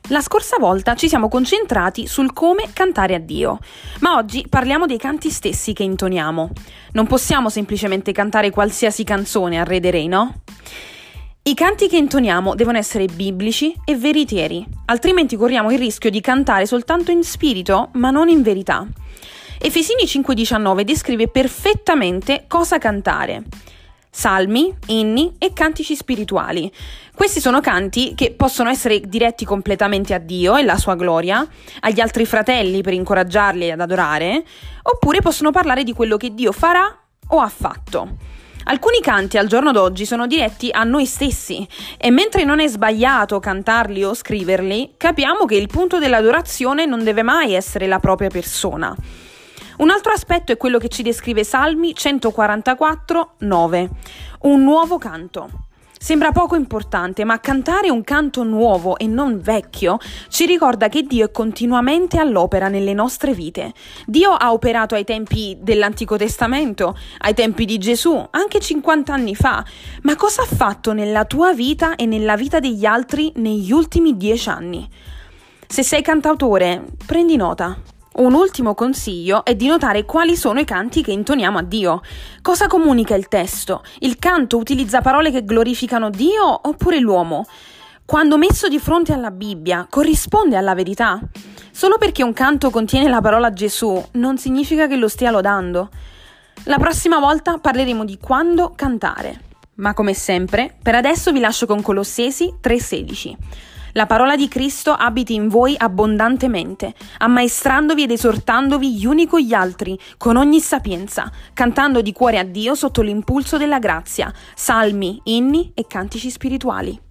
La scorsa volta ci siamo concentrati sul come cantare a Dio, ma oggi parliamo dei canti stessi che intoniamo. Non possiamo semplicemente cantare qualsiasi canzone al Re dei Re, no? I canti che intoniamo devono essere biblici e veritieri, altrimenti corriamo il rischio di cantare soltanto in spirito, ma non in verità. Efesini 5,19 descrive perfettamente cosa cantare. Salmi, inni e cantici spirituali. Questi sono canti che possono essere diretti completamente a Dio e la sua gloria, agli altri fratelli per incoraggiarli ad adorare, oppure possono parlare di quello che Dio farà o ha fatto. Alcuni canti al giorno d'oggi sono diretti a noi stessi e mentre non è sbagliato cantarli o scriverli, capiamo che il punto dell'adorazione non deve mai essere la propria persona. Un altro aspetto è quello che ci descrive Salmi 144,9, un nuovo canto. Sembra poco importante, ma cantare un canto nuovo e non vecchio ci ricorda che Dio è continuamente all'opera nelle nostre vite. Dio ha operato ai tempi dell'Antico Testamento, ai tempi di Gesù, anche 50 anni fa. Ma cosa ha fatto nella tua vita e nella vita degli altri negli ultimi 10 anni? Se sei cantautore, prendi nota. Un ultimo consiglio è di notare quali sono i canti che intoniamo a Dio. Cosa comunica il testo? Il canto utilizza parole che glorificano Dio oppure l'uomo? Quando messo di fronte alla Bibbia, corrisponde alla verità? Solo perché un canto contiene la parola Gesù non significa che lo stia lodando. La prossima volta parleremo di quando cantare. Ma come sempre, per adesso vi lascio con Colossesi 3,16. La parola di Cristo abiti in voi abbondantemente, ammaestrandovi ed esortandovi gli uni con gli altri, con ogni sapienza, cantando di cuore a Dio sotto l'impulso della grazia, salmi, inni e cantici spirituali.